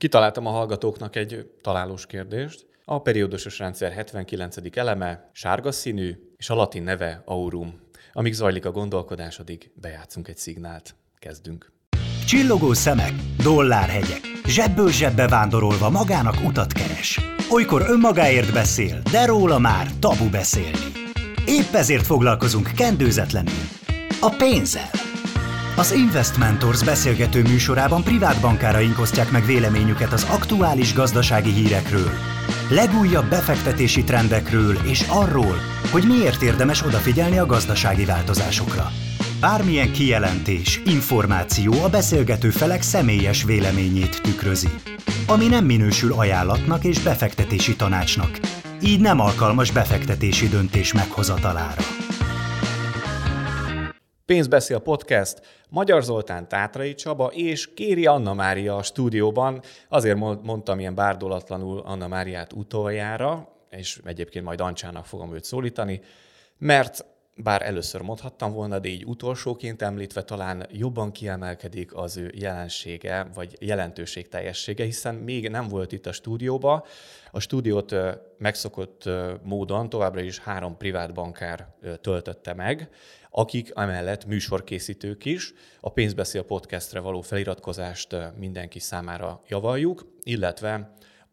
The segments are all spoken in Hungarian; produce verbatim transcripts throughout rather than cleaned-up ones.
Kitaláltam a hallgatóknak egy találós kérdést. A periódusos rendszer hetvenkilencedik eleme sárga színű, és a latin neve aurum. Amíg zajlik a gondolkodás, addig bejátszunk egy szignált. Kezdünk. Csillogó szemek, dollárhegyek, zsebből zsebbe vándorolva magának utat keres. Olykor önmagáért beszél, de róla már tabu beszélni. Épp ezért foglalkozunk kendőzetlenül a pénzzel. Az Investmentors beszélgető műsorában privát bankáraink osztják meg véleményüket az aktuális gazdasági hírekről, legújabb befektetési trendekről és arról, hogy miért érdemes odafigyelni a gazdasági változásokra. Bármilyen kijelentés, információ a beszélgető felek személyes véleményét tükrözi, ami nem minősül ajánlatnak és befektetési tanácsnak, így nem alkalmas befektetési döntés meghozatalára. Pénzbeszél podcast, Magyar Zoltán, Tátrai Csaba és Kéri Anna Mária a stúdióban. Azért mondtam ilyen bárdolatlanul Anna Máriát utoljára, és egyébként majd Ancsának fogom őt szólítani, mert bár először mondhattam volna, de így utolsóként említve talán jobban kiemelkedik az ő jelensége, vagy jelentőségteljessége, hiszen még nem volt itt a stúdióba. A stúdiót megszokott módon továbbra is három privát bankár töltötte meg, akik emellett műsorkészítők is. A Pénzbeszél podcastre való feliratkozást mindenki számára javaljuk, illetve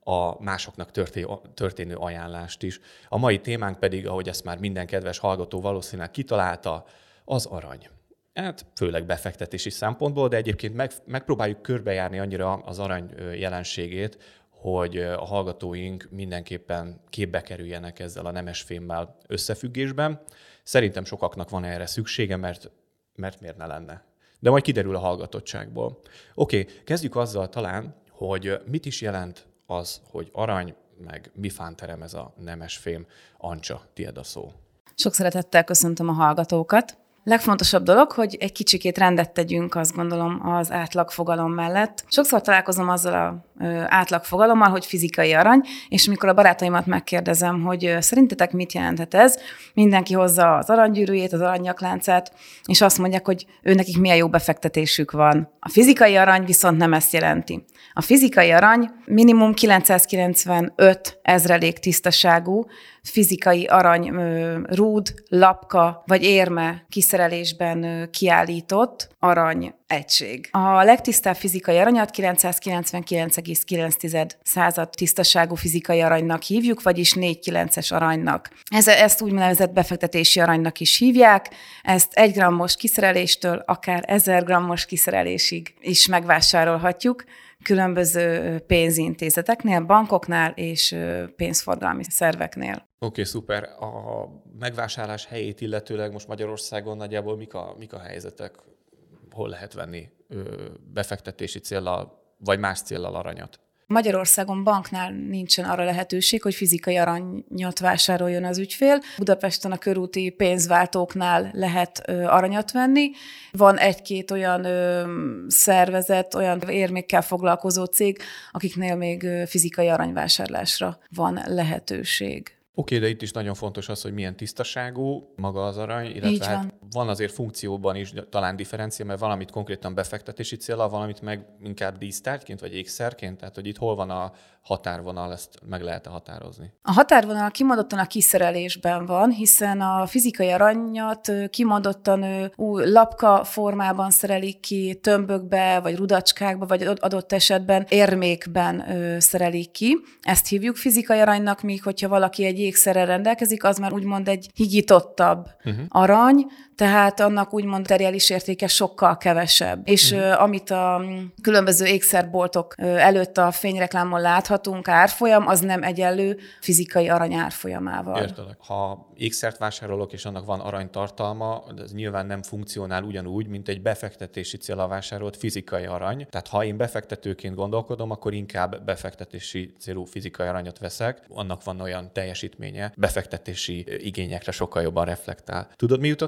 a másoknak történő ajánlást is. A mai témánk pedig, ahogy ezt már minden kedves hallgató valószínűleg kitalálta, az arany. Hát főleg befektetési szempontból, de egyébként meg, megpróbáljuk körbejárni annyira az arany jelenségét, hogy a hallgatóink mindenképpen képbe kerüljenek ezzel a nemesfémmel összefüggésben. Szerintem sokaknak van erre szüksége, mert, mert miért ne lenne. De majd kiderül a hallgatottságból. Oké, okay, kezdjük azzal talán, hogy mit is jelent az, hogy arany, meg mi fánterem ez a nemesfém. Ancsa, tiéd a szó. Sok szeretettel köszöntöm a hallgatókat. Legfontosabb dolog, hogy egy kicsikét rendet tegyünk, azt gondolom, az átlagfogalom mellett. Sokszor találkozom azzal az átlagfogalommal, hogy fizikai arany, és amikor a barátaimat megkérdezem, hogy szerintetek mit jelenthet ez, mindenki hozza az aranygyűrűjét, az aranynyakláncát, és azt mondják, hogy őnekik milyen jó befektetésük van. A fizikai arany viszont nem ezt jelenti. A fizikai arany minimum kilencszázkilencvenöt ezrelék tisztaságú, fizikai arany rúd, lapka vagy érme kiszerelésben kiállított arany egység. A legtisztább fizikai aranyat kilencszázkilencvenkilenc egész kilenc század tisztaságú fizikai aranynak hívjuk, vagyis négy kilences aranynak. Ez, ezt úgynevezett befektetési aranynak is hívják, ezt egy grammos kiszereléstől akár ezer grammos kiszerelésig is megvásárolhatjuk különböző pénzintézeteknél, bankoknál és pénzforgalmi szerveknél. Oké, okay, szuper. A megvásárlás helyét illetőleg most Magyarországon nagyjából mik a, mik a helyzetek? Hol lehet venni befektetési céllal, vagy más céllal aranyat? Magyarországon banknál nincsen arra lehetőség, hogy fizikai aranyat vásároljon az ügyfél. Budapesten a körúti pénzváltóknál lehet ö, aranyat venni. Van egy-két olyan ö, szervezet, olyan érmékkel foglalkozó cég, akiknél még ö, fizikai aranyvásárlásra van lehetőség. Oké, okay, de itt is nagyon fontos az, hogy milyen tisztaságú maga az arany, illetve hát van. van azért funkcióban is talán differencia, mert valamit konkrétan befektetési céllal, valamit meg inkább dísztárgyként vagy ékszerként, tehát hogy itt hol van a határvonal, ezt meg lehet határozni. A határvonal kimondottan a kiszerelésben van, hiszen a fizikai aranyat kimondottan új lapka formában szerelik ki, tömbökbe, vagy rudacskákba, vagy adott esetben érmékben szerelik ki. Ezt hívjuk fizikai aranynak, míg hogyha valaki egy ékszerrel rendelkezik, az már úgymond egy higítottabb uh-huh. arany, tehát annak úgymond materiális értéke sokkal kevesebb. És uh-huh. uh, amit a különböző ékszerboltok uh, előtt a fényreklámon láthatunk, árfolyam, az nem egyenlő fizikai arany árfolyamával. Értelek. Ha ékszert vásárolok, és annak van aranytartalma, ez nyilván nem funkcionál ugyanúgy, mint egy befektetési célra vásárolt fizikai arany. Tehát ha én befektetőként gondolkodom, akkor inkább befektetési célú fizikai aranyat veszek. Annak van olyan teljesítménye, befektetési igényekre sokkal jobban reflektál. Tudod, mi jutott még eszembe?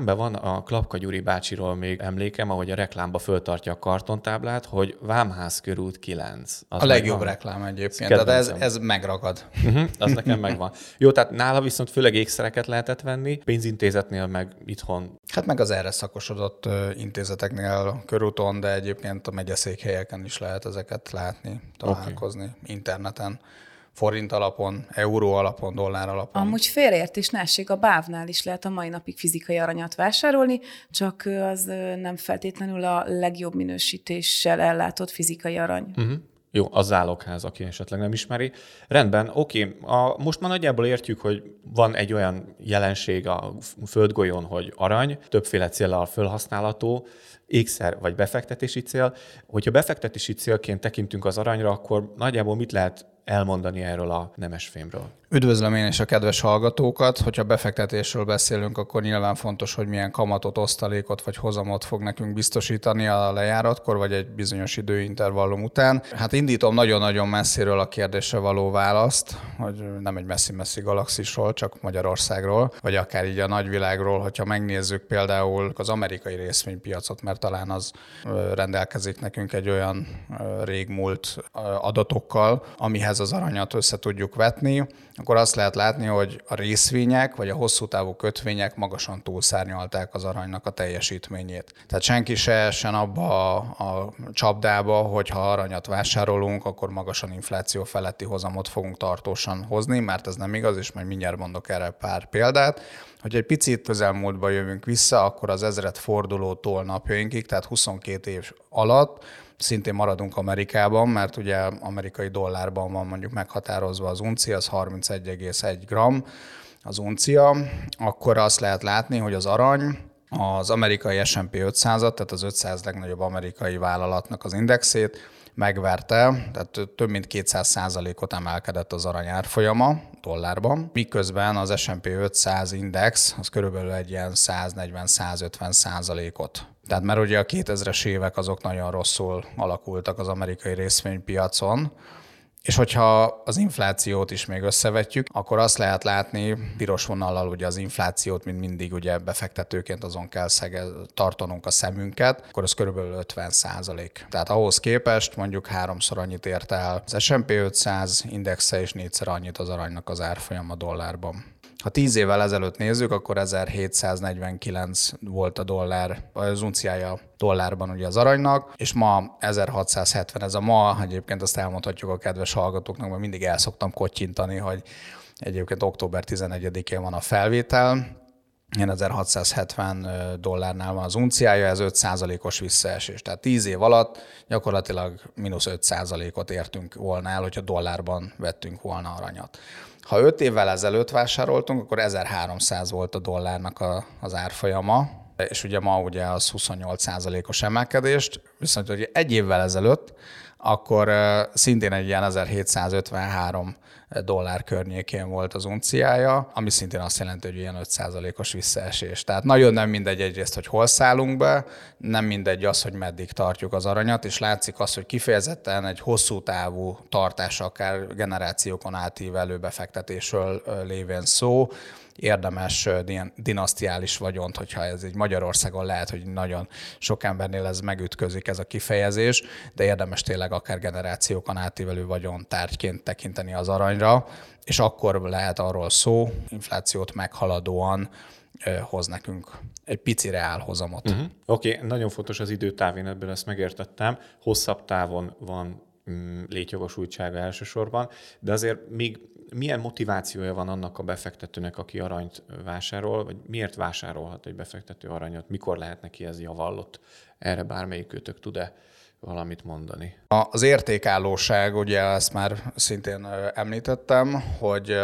szemben van a Klapka Gyuri bácsiról még emlékem, ahogy a reklámba föltartja a kartontáblát, hogy Vámház körút kilenc. Az a legjobb megvan. reklám egyébként, tehát ez, ez megragad. Uh-huh, az nekem megvan. Jó, tehát nála viszont főleg ékszereket lehetett venni, pénzintézetnél meg itthon. Hát meg az erre szakosodott intézeteknél körúton, de egyébként a megyeszékhelyeken is lehet ezeket látni, találkozni, okay. interneten. Forint alapon, euró alapon, dollár alapon. Amúgy félreértés ne essék, a bávnál is lehet a mai napig fizikai aranyat vásárolni, csak az nem feltétlenül a legjobb minősítéssel ellátott fizikai arany. Uh-huh. Jó, az zálogház, aki esetleg nem ismeri. Rendben, oké. A, most már nagyjából értjük, hogy van egy olyan jelenség a földgolyón, hogy arany, többféle céllal felhasználható, ékszer vagy befektetési cél. Hogyha befektetési célként tekintünk az aranyra, akkor nagyjából mit lehet elmondani erről a nemesfémről? Üdvözlöm én is a kedves hallgatókat. Hogyha befektetésről beszélünk, akkor nyilván fontos, hogy milyen kamatot, osztalékot vagy hozamot fog nekünk biztosítani a lejáratkor, vagy egy bizonyos időintervallum után. Hát indítom nagyon-nagyon messziről a kérdésre való választ, hogy nem egy messzi-messzi galaxisról, csak Magyarországról, vagy akár így a nagyvilágról, hogyha megnézzük például az amerikai részvénypiacot, mert talán az rendelkezik nekünk egy olyan régmúlt adatokkal, amihez az aranyat össze tudjuk vetni, akkor azt lehet látni, hogy a részvények vagy a hosszú távú kötvények magasan túlszárnyalták az aranynak a teljesítményét. Tehát senki se essen abba a, a csapdába, hogy ha aranyat vásárolunk, akkor magasan infláció feletti hozamot fogunk tartósan hozni, mert ez nem igaz, és majd mindjárt mondok erre pár példát. Hogy egy picit közelmúltba jövünk vissza, akkor az ezred fordulótól napjainkig, tehát huszonkét év alatt szintén maradunk Amerikában, mert ugye amerikai dollárban van mondjuk meghatározva az uncia, az harmincegy egész egy gramm az uncia, akkor azt lehet látni, hogy az arany az amerikai es and pé ötszázat, tehát az ötszáz legnagyobb amerikai vállalatnak az indexét megverte, tehát több mint kétszáz százalékot emelkedett az arany árfolyama dollárban, miközben az es and pé ötszáz index az körülbelül egy ilyen száznegyven-százötven százalékot. Tehát mert ugye a kétezres évek azok nagyon rosszul alakultak az amerikai részvénypiacon, és hogyha az inflációt is még összevetjük, akkor azt lehet látni, piros vonallal ugye az inflációt, mint mindig ugye befektetőként azon kell szege, tartanunk a szemünket, akkor az körülbelül ötven százalék. Tehát ahhoz képest mondjuk háromszor annyit ért el az es and pé ötszáz indexe, és négyszer annyit az aranynak az árfolyama dollárban. Ha tíz évvel ezelőtt nézzük, akkor ezerhétszáznegyvenkilenc volt a dollár, az unciája dollárban ugye az aranynak, és ma ezerhatszázhetven, ez a ma, egyébként azt elmondhatjuk a kedves hallgatóknak, mert mindig el szoktam kottyintani, hogy egyébként október tizenegyedikén van a felvétel, ilyen ezerhatszázhetven dollárnál van az unciája, ez öt százalékos visszaesés. Tehát tíz év alatt gyakorlatilag mínusz öt százalékot értünk volna el, hogyha dollárban vettünk volna aranyat. Ha öt évvel ezelőtt vásároltunk, akkor ezerháromszáz volt a dollárnak a, az árfolyama, és ugye ma ugye az huszonnyolc százalékos emelkedést, viszont hogy egy évvel ezelőtt, akkor szintén egy ilyen ezerhétszázötvenhárom dollár környékén volt az unciája, ami szintén azt jelenti, hogy ilyen öt százalékos visszaesés. Tehát nagyon nem mindegy egyrészt, hogy hol szállunk be, nem mindegy az, hogy meddig tartjuk az aranyat, és látszik az, hogy kifejezetten egy hosszú távú tartás, akár generációkon átívelő befektetésről lévén szó, érdemes dinasztiális vagyont, hogyha ez egy Magyarországon lehet, hogy nagyon sok embernél ez megütközik ez a kifejezés, de érdemes tényleg akár generációkon átívelő vagyontárgyként tekinteni az aranyra, és akkor lehet arról szó, inflációt meghaladóan hoz nekünk egy pici reálhozamot. Uh-huh. Oké, okay, nagyon fontos az időtáv, én ebből ezt megértettem. Hosszabb távon van mm, létjogosultsága elsősorban, de azért még milyen motivációja van annak a befektetőnek, aki aranyt vásárol, vagy miért vásárolhat egy befektető aranyat, mikor lehet neki ez javallott? Erre bármelyikőtök tud-e valamit mondani? Az értékállóság, ugye ezt már szintén említettem, hogy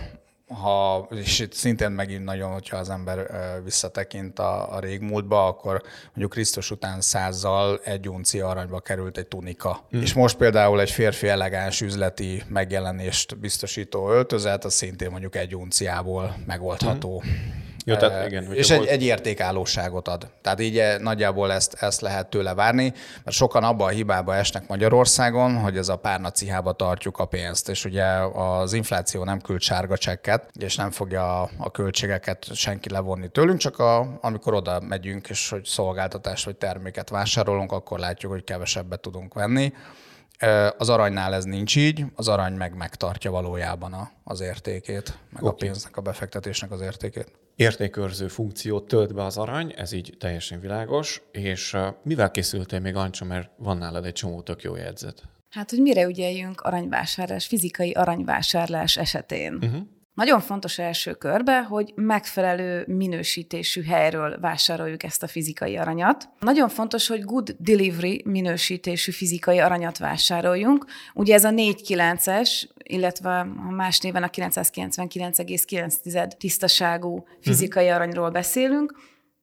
ha, és itt szintén megint nagyon, hogyha az ember visszatekint a, a régmúltba, akkor mondjuk Krisztus után százzal egy uncia aranyba került egy tunika. Mm. És most például egy férfi elegáns üzleti megjelenést biztosító öltözet, az szintén mondjuk egy unciából megoldható. Mm. Jó, tehát igen, és egy, volt... egy értékállóságot ad. Tehát így nagyjából ezt, ezt lehet tőle várni, mert sokan abban a hibába esnek Magyarországon, hogy ez a párnacihába tartjuk a pénzt, és ugye az infláció nem küld sárga csekket, és nem fogja a költségeket senki levonni tőlünk, csak a, amikor oda megyünk, és hogy szolgáltatást vagy terméket vásárolunk, akkor látjuk, hogy kevesebbet tudunk venni. Az aranynál ez nincs így, az arany meg megtartja valójában a, az értékét, meg okay. a pénznek, a befektetésnek az értékét. Értékőrző funkciót tölt be az arany, ez így teljesen világos, és mivel készültél még, Ancsa, mert van nálad egy csomó tök jó jegyzet? Hát, hogy mire ügyeljünk aranyvásárlás, fizikai aranyvásárlás esetén. Uh-huh. Nagyon fontos első körbe, hogy megfelelő minősítésű helyről vásároljuk ezt a fizikai aranyat. Nagyon fontos, hogy good delivery minősítésű fizikai aranyat vásároljunk. Ugye ez a négy kilences, illetve a más néven a kilencszázkilencvenkilenc egész kilenc tisztaságú fizikai aranyról beszélünk.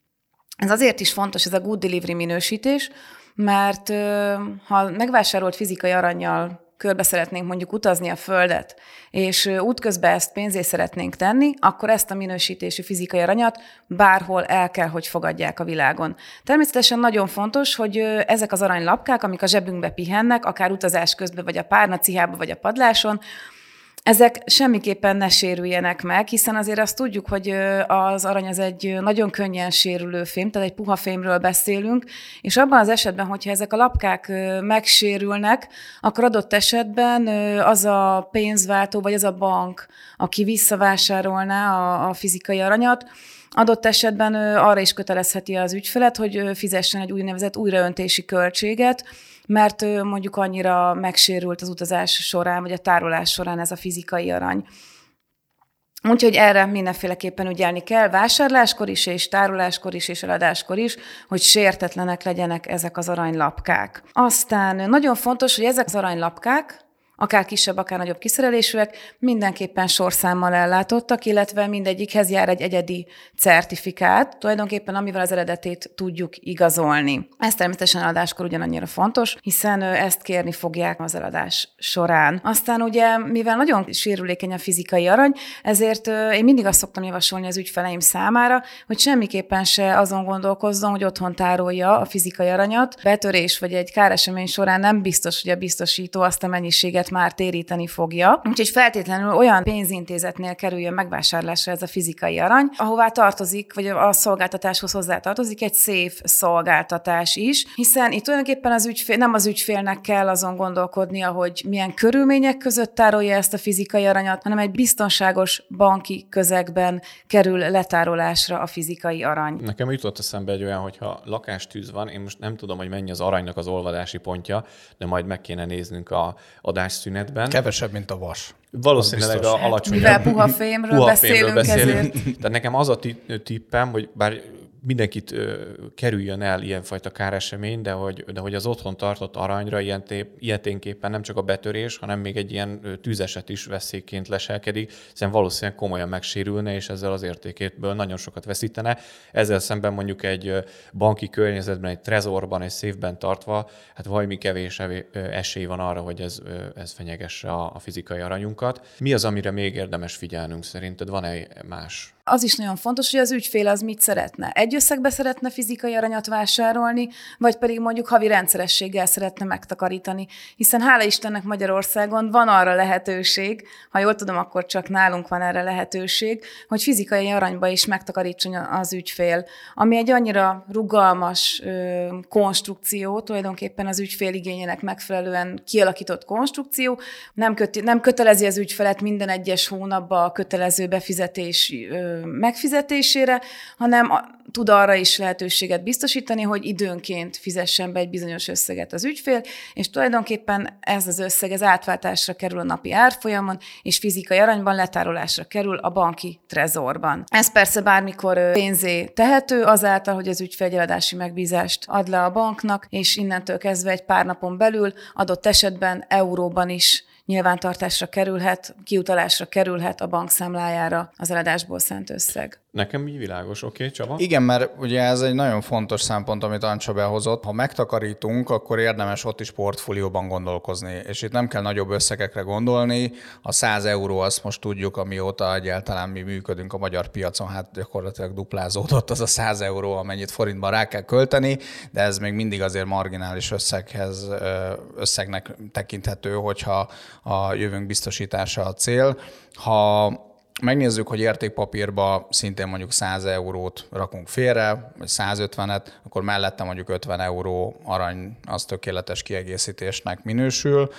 Ez azért is fontos, ez a good delivery minősítés, mert ha megvásárolt fizikai arannyal körbe szeretnénk mondjuk utazni a Földet, és útközben ezt pénzé szeretnénk tenni, akkor ezt a minősítésű fizikai aranyat bárhol el kell, hogy fogadják a világon. Természetesen nagyon fontos, hogy ezek az aranylapkák, amik a zsebünkbe pihennek, akár utazás közben, vagy a párnacihában, vagy a padláson, ezek semmiképpen ne sérüljenek meg, hiszen azért azt tudjuk, hogy az arany az egy nagyon könnyen sérülő fém, tehát egy puha fémről beszélünk, és abban az esetben, hogyha ezek a lapkák megsérülnek, akkor adott esetben az a pénzváltó, vagy az a bank, aki visszavásárolná a, a fizikai aranyat, adott esetben arra is kötelezheti az ügyfelet, hogy fizessen egy úgynevezett újraöntési költséget, mert mondjuk annyira megsérült az utazás során, vagy a tárolás során ez a fizikai arany. Úgyhogy erre mindenféleképpen ügyelni kell vásárláskor is, és tároláskor is, és eladáskor is, hogy sértetlenek legyenek ezek az aranylapkák. Aztán nagyon fontos, hogy ezek az aranylapkák, akár kisebb, akár nagyobb kiszerelésűek, mindenképpen sorszámmal ellátottak, illetve mindegyikhez jár egy egyedi certifikát, tulajdonképpen amivel az eredetét tudjuk igazolni. Ez természetesen eladáskor ugyanannyira fontos, hiszen ezt kérni fogják az eladás során. Aztán ugye, mivel nagyon sérülékeny a fizikai arany, ezért én mindig azt szoktam javasolni az ügyfeleim számára, hogy semmiképpen se azon gondolkozzon, hogy otthon tárolja a fizikai aranyat. Betörés vagy egy káresemény során nem biztos, hogy a biztosító azt a mennyiséget már téríteni fogja. Úgyhogy feltétlenül olyan pénzintézetnél kerüljön megvásárlásra ez a fizikai arany, ahová tartozik, vagy a szolgáltatáshoz hozzá tartozik egy safe szolgáltatás is, hiszen itt tulajdonképpen az ügyfél, nem az ügyfélnek kell azon gondolkodnia, hogy milyen körülmények között tárolja ezt a fizikai aranyat, hanem egy biztonságos banki közegben kerül letárolásra a fizikai arany. Nekem jutott eszembe egy olyan, hogyha lakástűz van, én most nem tudom, hogy mennyi az aranynak az olvadási pontja, de majd meg kéne néznünk a adás szünetben. Kevesebb, mint a vas. Valószínűleg a alacsonyabb. Mivel puha fémről puha beszélünk, beszélünk ezért. Tehát nekem az a tippem, hogy bár mindenkit ö, kerüljön el ilyenfajta káresemény, de hogy, de hogy az otthon tartott aranyra ilyen tép, ilyeténképpen nem csak a betörés, hanem még egy ilyen tűzeset is veszélyként leselkedik, hiszen valószínűleg komolyan megsérülne, és ezzel az értékéből nagyon sokat veszítene. Ezzel szemben mondjuk egy banki környezetben, egy trezorban, egy széfben tartva, hát valami kevés esély van arra, hogy ez, ez fenyegesse a, a fizikai aranyunkat. Mi az, amire még érdemes figyelnünk szerinted? Van-e más? Az is nagyon fontos, hogy az ügyfél az mit szeretne. Egy összegbe szeretne fizikai aranyat vásárolni, vagy pedig mondjuk havi rendszerességgel szeretne megtakarítani. Hiszen hála Istennek Magyarországon van arra lehetőség, ha jól tudom, akkor csak nálunk van erre lehetőség, hogy fizikai aranyba is megtakarítson az ügyfél. Ami egy annyira rugalmas ö, konstrukció, tulajdonképpen az ügyfél igényének megfelelően kialakított konstrukció, nem, köti, nem kötelezi az ügyfelet minden egyes hónapban a kötelező befizetés ö, megfizetésére, hanem tud arra is lehetőséget biztosítani, hogy időnként fizessen be egy bizonyos összeget az ügyfél, és tulajdonképpen ez az összeg ez átváltásra kerül a napi árfolyamon, és fizikai aranyban letárolásra kerül a banki trezorban. Ez persze bármikor pénzé tehető, azáltal, hogy az ügyfél egy eladási megbízást ad le a banknak, és innentől kezdve egy pár napon belül adott esetben euróban is nyilvántartásra kerülhet, kiutalásra kerülhet a bankszámlájára az eladásból szánt összeg. Nekem így világos, oké, okay, Csaba? Igen, mert ugye ez egy nagyon fontos szempont, amit Ancsa behozott. Ha megtakarítunk, akkor érdemes ott is portfólióban gondolkozni. És itt nem kell nagyobb összegekre gondolni. A száz euró, azt most tudjuk, amióta egyáltalán mi működünk a magyar piacon, hát gyakorlatilag duplázódott az a száz euró, amennyit forintban rá kell költeni, de ez még mindig azért marginális összeghez, összegnek tekinthető, hogyha a jövőnk biztosítása a cél. Ha megnézzük, hogy értékpapírba szintén mondjuk száz eurót rakunk félre, vagy százötvenet, akkor mellette mondjuk ötven euró arany, az tökéletes kiegészítésnek minősül.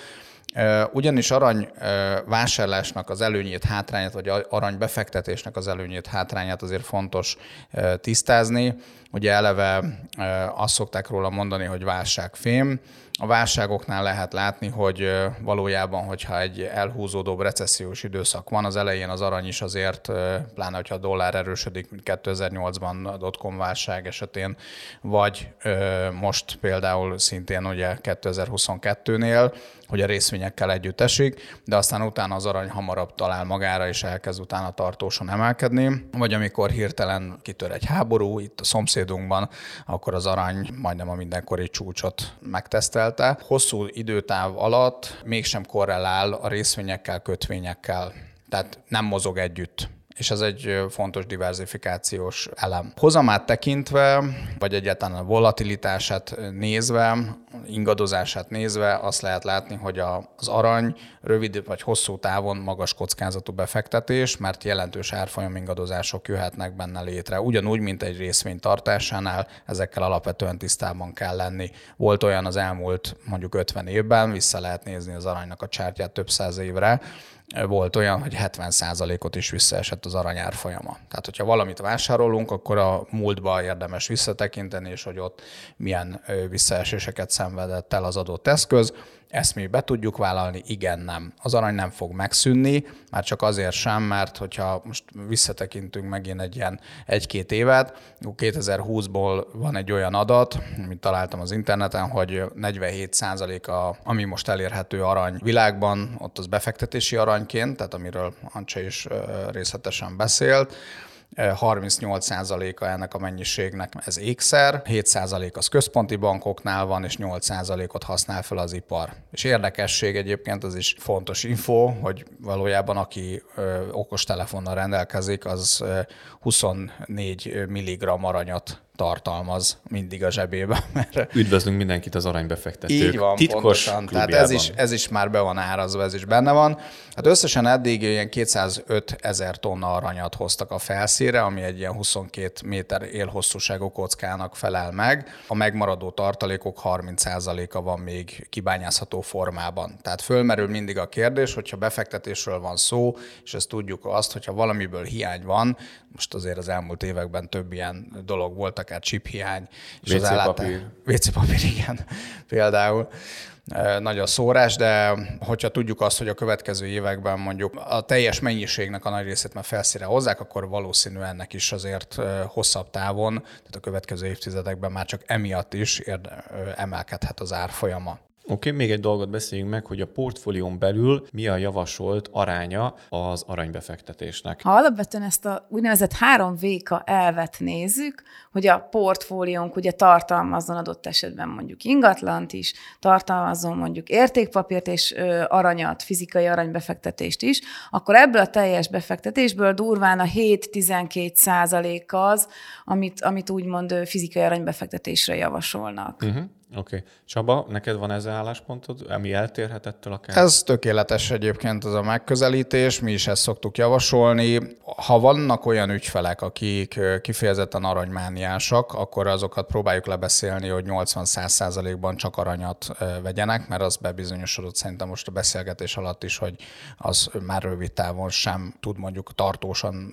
Ugyanis arany vásárlásnak az előnyét, hátrányát, vagy arany befektetésnek az előnyét, hátrányát azért fontos tisztázni. Ugye eleve azt szokták róla mondani, hogy válságfém. A válságoknál lehet látni, hogy valójában, hogyha egy elhúzódóbb recessziós időszak van, az elején az arany is azért, pláne hogyha a dollár erősödik, mint kétezer-nyolcban a dotcom válság esetén, vagy most például szintén ugye kétezer-huszonkettőnél, hogy a részvényekkel együtt esik, de aztán utána az arany hamarabb talál magára, és elkezd utána tartósan emelkedni. Vagy amikor hirtelen kitör egy háború itt a szomszédunkban, akkor az arany majdnem a mindenkori csúcsot megtesztelte. Hosszú időtáv alatt mégsem korrelál a részvényekkel, kötvényekkel, tehát nem mozog együtt. És ez egy fontos diverzifikációs elem. Hozamát tekintve, vagy egyáltalán a volatilitását nézve, ingadozását nézve azt lehet látni, hogy az arany rövid vagy hosszú távon magas kockázatú befektetés, mert jelentős árfolyam ingadozások jöhetnek benne létre. Ugyanúgy, mint egy részvény tartásánál, ezekkel alapvetően tisztában kell lenni. Volt olyan az elmúlt mondjuk ötven évben, vissza lehet nézni az aranynak a csártyát több száz évre, volt olyan, hogy hetven százalékot is visszaesett az arany árfolyama. Tehát, hogyha valamit vásárolunk, akkor a múltba érdemes visszatekinteni, és hogy ott milyen visszaeséseket szenvedett el az adott eszköz. Ezt mi be tudjuk vállalni? Igen, nem. Az arany nem fog megszűnni, már csak azért sem, mert hogyha most visszatekintünk megint egy ilyen egy-két évet, kétezer-húszból van egy olyan adat, amit találtam az interneten, hogy negyvenhét százaléka, ami most elérhető arany világban, ott az befektetési aranyként, tehát amiről Ancsa is részletesen beszélt, harmincnyolc százaléka ennek a mennyiségnek ez ékszer, hét százalék az központi bankoknál van, és nyolc százalékot használ fel az ipar. És érdekesség egyébként, az is fontos info, hogy valójában aki ö, okostelefonnal rendelkezik, az ö, huszonnégy milligramm aranyat tartalmaz mindig a zsebébe. Mert üdvözlünk mindenkit az aránybefektetők így van, titkos pontosan. Tehát ez is, ez is már be van árazva, ez is benne van. Hát összesen eddig ilyen kétszázöt ezer tonna aranyat hoztak a felszínre, ami egy ilyen huszonkét méter élhosszúságú kockának felel meg. A megmaradó tartalékok harminc százaléka van még kibányászható formában. Tehát fölmerül mindig a kérdés, hogyha befektetésről van szó, és ezt tudjuk azt, hogyha valamiből hiány van, most azért az elmúlt években több ilyen dolog volt, akár chiphiány. vé cé papír. vé cé papír, igen, például. Nagy a szórás, de hogyha tudjuk azt, hogy a következő években mondjuk a teljes mennyiségnek a nagy részét már felszínre hozzák, akkor valószínű ennek is azért hosszabb távon, tehát a következő évtizedekben már csak emiatt is érde, emelkedhet az árfolyama. Oké, okay, még egy dolgot beszéljünk meg, hogy a portfólión belül mi a javasolt aránya az aranybefektetésnek. Ha alapvetően ezt a úgynevezett három véka elvet nézzük, hogy a portfóliónk ugye tartalmazzon adott esetben mondjuk ingatlant is, tartalmazzon mondjuk értékpapírt és ö, aranyat, fizikai aranybefektetést is, akkor ebből a teljes befektetésből durván a hét-tizenkét százalék az, amit, amit úgymond fizikai aranybefektetésre javasolnak. Uh-huh. Oké. Okay. Csaba, neked van ezzel álláspontod, ami eltérhet ettől akár? Ez tökéletes egyébként az a megközelítés, mi is ezt szoktuk javasolni. Ha vannak olyan ügyfelek, akik kifejezetten aranymániásak, akkor azokat próbáljuk lebeszélni, hogy nyolcvan-száz százalékban csak aranyat vegyenek, mert az bebizonyosodott szerintem most a beszélgetés alatt is, hogy az már rövid távon sem tud mondjuk tartósan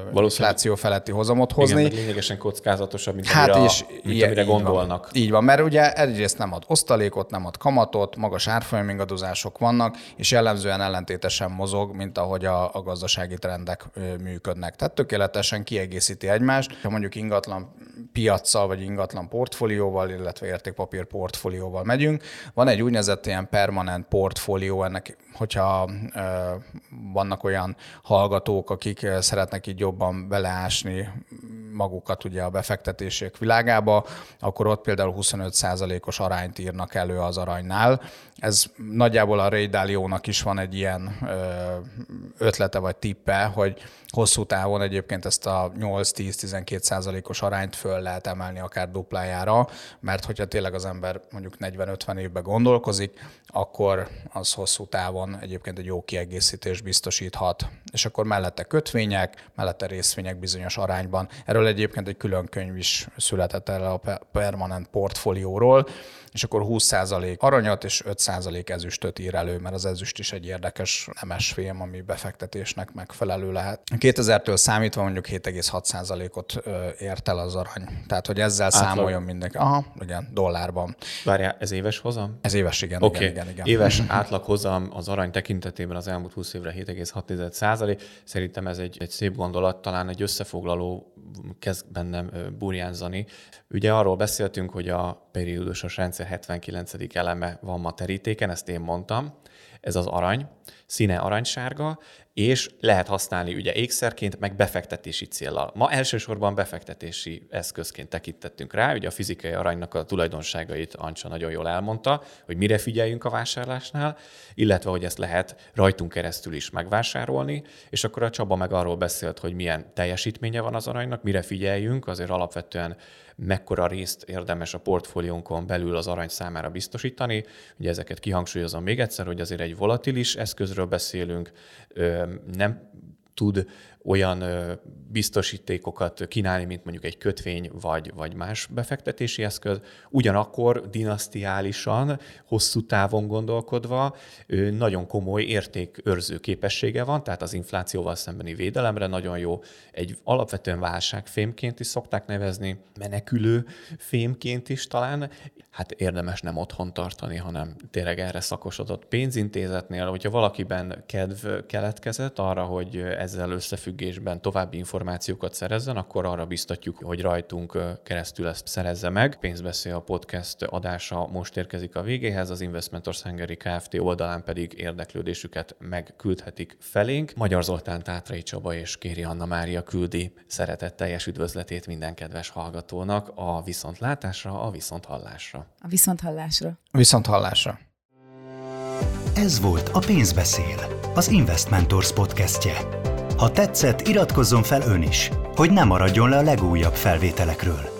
infláció feletti hozamot hozni. Igen, lényegesen kockázatosabb, mint, hát amire, és mint amire gondolnak. Van. Így van, mert ugye ugye egyrészt nem ad osztalékot, nem ad kamatot, magas árfolyam ingadozások vannak, és jellemzően ellentétesen mozog, mint ahogy a, a gazdasági trendek működnek. Tehát tökéletesen kiegészíti egymást. Ha mondjuk ingatlan piaccal, vagy ingatlan portfólióval, illetve értékpapír portfólióval megyünk, van egy úgynevezett ilyen permanent portfólió, ennek, hogyha ö, vannak olyan hallgatók, akik szeretnek így jobban beleásni magukat ugye a befektetések világába, akkor ott például huszonöt százalékos arányt írnak elő az aranynál. Ez nagyjából a Ray Dalio-nak is van egy ilyen ötlete vagy tippe, hogy hosszú távon egyébként ezt a nyolc-tíz-tizenkét százalékos arányt föl lehet emelni akár duplájára, mert hogyha tényleg az ember mondjuk negyven-ötven évben gondolkozik, akkor az hosszú távon egyébként egy jó kiegészítést biztosíthat. És akkor mellette kötvények, mellette részvények bizonyos arányban. Erről egyébként egy külön könyv is született erre a permanent portfólióról, és akkor húsz százalék aranyat és öt százalék ezüstöt ír elő, mert az ezüst is egy érdekes nemesfém, ami befektetésnek megfelelő lehet. kétezertől számítva mondjuk hét egész hat százalékot ért el az arany. Tehát, hogy ezzel Átlag. számoljon mindenki. Aha, igen, dollárban. Várjál, ez éves hozam? Ez éves, igen. Okay. igen, igen, igen. Éves átlag hozam az arany tekintetében az elmúlt húsz évre hét egész hat százalék. Szerintem ez egy, egy szép gondolat, talán egy összefoglaló kezd bennem burjánzani. Ugye arról beszéltünk, hogy a periódusos rendszer hetvenkilencedik eleme van ma terítéken, ezt én mondtam. Ez az arany, színe aranysárga, és lehet használni ugye ékszerként, meg befektetési céllal. Ma elsősorban befektetési eszközként tekintettünk rá, ugye a fizikai aranynak a tulajdonságait Ancsa nagyon jól elmondta, hogy mire figyeljünk a vásárlásnál, illetve hogy ezt lehet rajtunk keresztül is megvásárolni, és akkor a Csaba meg arról beszélt, hogy milyen teljesítménye van az aranynak, mire figyeljünk, azért alapvetően mekkora részt érdemes a portfóliónkon belül az arany számára biztosítani. Ugye ezeket kihangsúlyozom még egyszer, hogy azért egy volatilis eszközről beszélünk, nem tud olyan biztosítékokat kínálni, mint mondjuk egy kötvény vagy, vagy más befektetési eszköz. Ugyanakkor dinasztiálisan, hosszú távon gondolkodva nagyon komoly értékőrző képessége van, tehát az inflációval szembeni védelemre nagyon jó. Egy alapvetően válságfémként is szokták nevezni, menekülő fémként is talán. Hát érdemes nem otthon tartani, hanem tényleg erre szakosodott pénzintézetnél, hogyha valakiben kedv keletkezett arra, hogy ezzel összefüggésben további információkat szerezzen, akkor arra biztatjuk, hogy rajtunk keresztül ezt szerezze meg. Pénzbeszél a podcast adása most érkezik a végéhez, az Investmentors Hungary Kft. Oldalán pedig érdeklődésüket megküldhetik felénk. Magyar Zoltán, Tátrai Csaba és Kéri Anna Mária küldi szeretetteljes üdvözletét minden kedves hallgatónak a viszontlátásra, a viszonthallásra. A viszonthallásra. A viszonthallásra. Ez volt a Pénzbeszél, az Investmentors podcastje. Ha tetszett, iratkozzon fel ön is, hogy ne maradjon le a legújabb felvételekről.